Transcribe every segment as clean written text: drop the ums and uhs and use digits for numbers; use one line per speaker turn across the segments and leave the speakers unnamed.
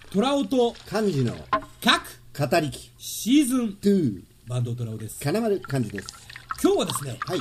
トラオと
漢字の
各
語りき
シーズン
2
バンドトラオです。
金丸漢字です。
今日はですね、
はい、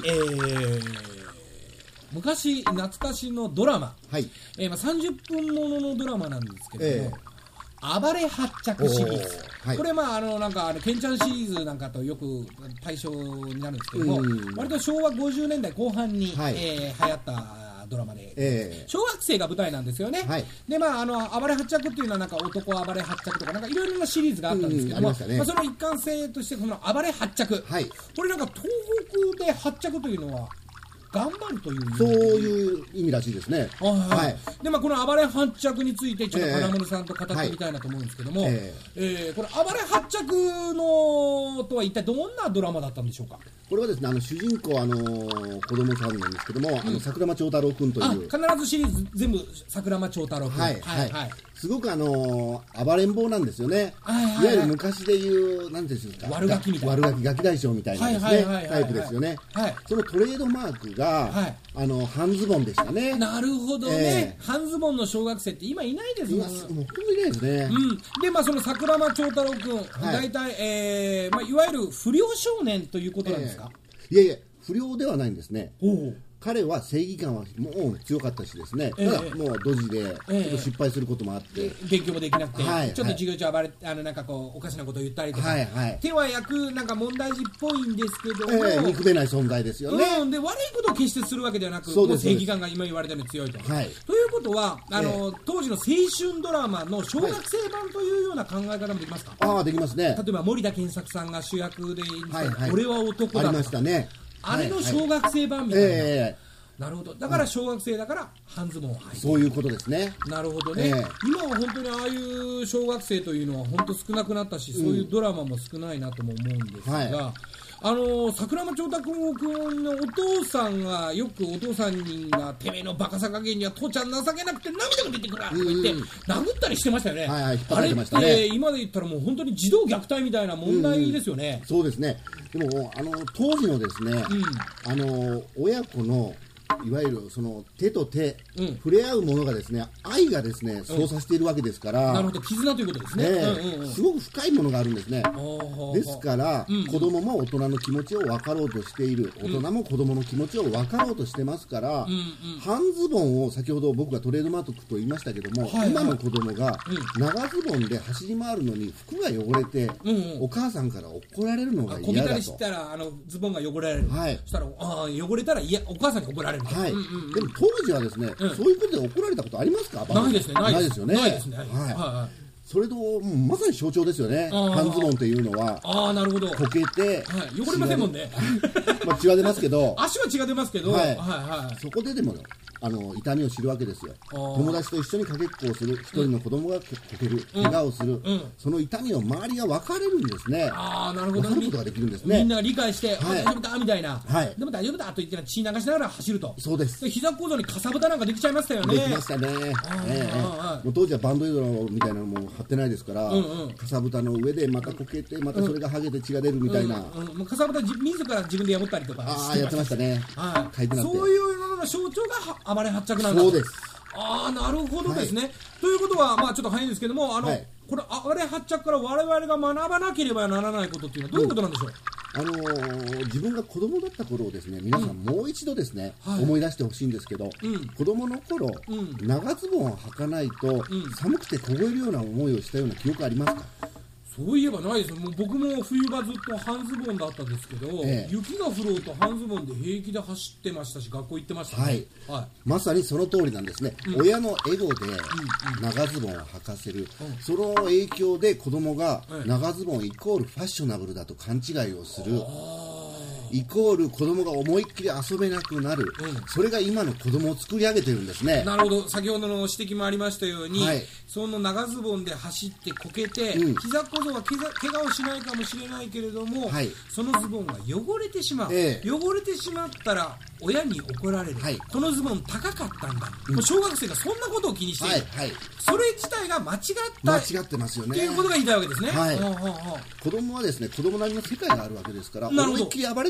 昔懐かしのドラマ、
はい、
30分もののドラマなんですけれども、暴れ発着シリーズ、はい、これなんかケンちゃんシリーズなんかとよく対象になるんですけども、割と昭和50年代後半に、流行ったドラマで、小学生が舞台なんですよね。はい、で暴れ発着っていうのはなんか男暴れ発着とかなんかいろいろなシリーズがあったんですけども、その一貫性としてこの暴れ発着、はい、これなんか東北で発着というのは頑張るという
そういう意味らしいですね。
はい、でこの暴れ発着についてちょっと金森さんと語ってみたいなと思うんですけども、これ暴れ発着のとは一体どんなドラマだったんでしょうか。
これはですね、主人公子供さんなんですけども、桜間長太郎君という、
必ずシリーズ全部桜間長太郎君、
すごく暴れん坊なんですよね。いわゆる昔でいうなんていうんですか、
悪ガキみたいな、
悪ガキガキ大将みたいなですねタイプですよね。そのトレードマークが半ズボンでしたね。
なるほどね。半ズボンの小学生って今いないですもん。
もうほとんどいないですね。
でその桜間長太郎君、大体いわゆる不良少年ということなんですか。
いやいや、不良ではないんですね。彼は正義感はもう強かったしですね、ただもうドジでちょっと失敗することもあって、
勉強もできなくて、ちょっと授業中暴れなんかこうおかしなことを言ったりとか、手は焼くなんか問題児っぽいんですけども、
憎めない存在ですよね。
で悪いことを決してするわけではなく、もう正義感が今言われたように強いと。ということは当時の青春ドラマの小学生版というような考え方もできますか。
できますね。
例えば森田健作さんが主役で俺は男だとか、
ありましたね。
あれの小学生版みたいな。なるほど。だから小学生だから半ズボンを履いて、
そういうことですね。
なるほどね。今は本当にああいう小学生というのは本当少なくなったし、そういうドラマも少ないなとも思うんですが、桜間長太郎君のお父さんがよく、お父さんがてめえのバカさ加減には父ちゃん情けなくて涙が出てくるとか言って殴ったりしてましたよね。あれって今で言ったらもう本当に児童虐待みたいな問題ですよね。
そうですね。でも当時のですね、親子のいわゆるその手と手、触れ合うものがですね、愛がですね操作しているわけですから、
なるほど、絆ということですね。
すごく深いものがあるんですね。ですから、子供も大人の気持ちを分かろうとしている、大人も子供の気持ちを分かろうとしてますから、半ズボンを先ほど僕がトレードマークと言いましたけども、今の子供が長ズボンで走り回るのに服が汚れて、お母さんから怒られるのが嫌だと。
こびたりしたらズボンが汚れられる。そしたら汚れたらお母さんに怒られる。で
も当時はですね、そういうことで怒られたことありますか。
ないですね。
ないですよね。それとまさに象徴ですよね。半ズボンというのは。
なるほど。
こけて
汚れませんもんね。
血は出ますけど、
足は血が出ますけど、
そこででも痛みを知るわけですよ。友達と一緒にかけっこをする、一人の子供がこける、怪我をする、その痛みを周りが分かれるんですね。
なるほど。
分かることができるんですね。
みんなが理解して大丈夫だみたいな。でも大丈夫だと言って血流しながら走ると。
そうです。
膝構造にかさぶたなんかできちゃいましたよね。
できましたね。もう当時はバンドエイドみたいなのも貼ってないですから、かさぶたの上でまたこけて、またそれが剥げて血が出るみたいな。
かさぶた自ら自分で破ったりとか
やってましたね。
そういうのの象徴が暴れ発着なんだ。
そうです。
なるほどですね。ということはちょっと早いんですけども、これ暴れ発着から我々が学ばなければならないことっていうのはどういうことなんでしょう。
自分が子供だった頃をですね、皆さんもう一度ですね、思い出してほしいんですけど、子供の頃、長ズボンを履かないと寒くて凍えるような思いをしたような記憶ありますか。
そういえばないです。もう僕も冬場ずっと半ズボンだったんですけど、雪が降ろうと半ズボンで平気で走ってましたし、学校行ってましたね。
まさにその通りなんですね。親のエゴで長ズボンを履かせる、その影響で子供が長ズボンイコールファッショナブルだと勘違いをする、イコール子供が思いっきり遊べなくなる、それが今の子供を作り上げてるんですね。
なるほど。先ほどの指摘もありましたように、その長ズボンで走ってこけて、膝小僧は怪我をしないかもしれないけれども、そのズボンが汚れてしまう、汚れてしまったら親に怒られる、このズボン高かったんだ、小学生がそんなことを気にしている、それ自体が間違
ってますよね
っていうことが言いたいわけですね。
子供はですね、子供なりの世界があるわけですから、思いっきり暴れて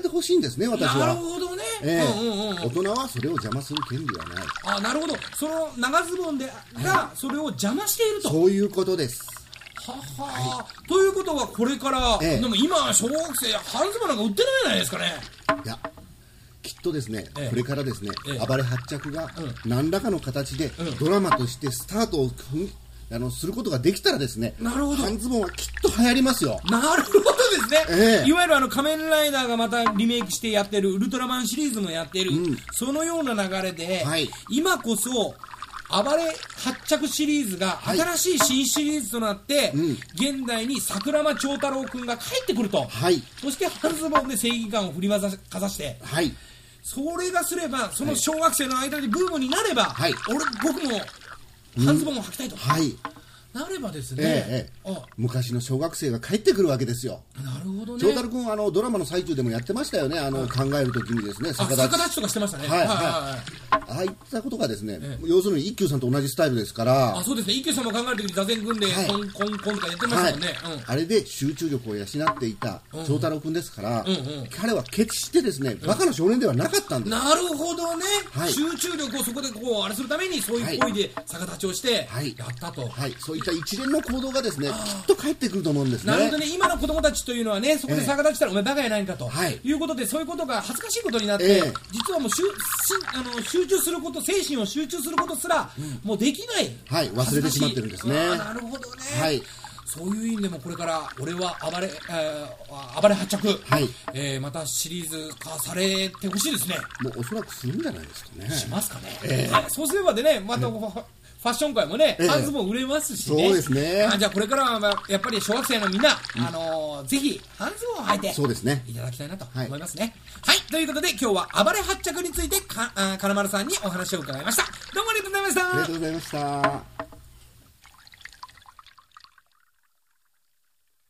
てほしいんですね、私は。
なるほどね。
大人はそれを邪魔する権利はない。
あ、なるほど。その長ズボンがそれを邪魔していると。
そういうことです。
はい、ということはこれから、でも今小学生半ズボンなんか売ってないじゃないですかね。
いや、きっとですね、これからですね、暴れ発着が何らかの形でドラマとしてスタートをすることができたらですね、
なるほど、
半ズボンはきっと流行りますよ。
なるほどですね、いわゆる仮面ライダーがまたリメイクしてやってるウルトラマンシリーズもやってる、そのような流れで、今こそ暴れ発着シリーズが新しい新シリーズとなって、現代に桜間長太郎くんが帰ってくると、そして半ズボンで正義感を振りかざして、それがすればその小学生の間でブームになれば、僕も半ズボンを履きたいと、なればですね、
昔の小学生が帰ってくるわけですよ。
なるほどね。
長太郎君はドラマの最中でもやってましたよね。考えるときにですね、
逆立ちとかしてましたね。
ああいったことがですね、要するに一休さんと同じスタイルですから。
そうですね。一休さんも考えるときに座禅組んでコンコンコンとかやってましたもんね。
あれで集中力を養っていた長太郎君ですから、彼は決してですね、バカな少年ではなかったんです。
なるほどね。集中力をそこであれするためにそういう行為で逆立ちをしてやったと。
そういった一連の行動がですね、きっと返ってくると思うんですね。
なるほどね。今の子供たちというのはね、そこで逆立ちしたらお前バカやないかということで、そういうことが恥ずかしいことになって、実はもう集中すること、精神を集中することすらもうできない、
忘れてしまってるんですね。
なるほどね。そういう意味でもこれから俺は暴れ発着、またシリーズ化されてほしいですね。
もうおそらくするんじゃないですかね。
しますかね。そうすればでね、またファッション界もね、半ズボン売れますしね。
そうですね。
じゃあこれからはやっぱり小学生のみんな、ぜひ半ズボンを履いていただきたいなと思いますね。ということで今日は暴れ発着について金丸さんにお話を伺いました。どうもありがとうございました。
ありがとうございました。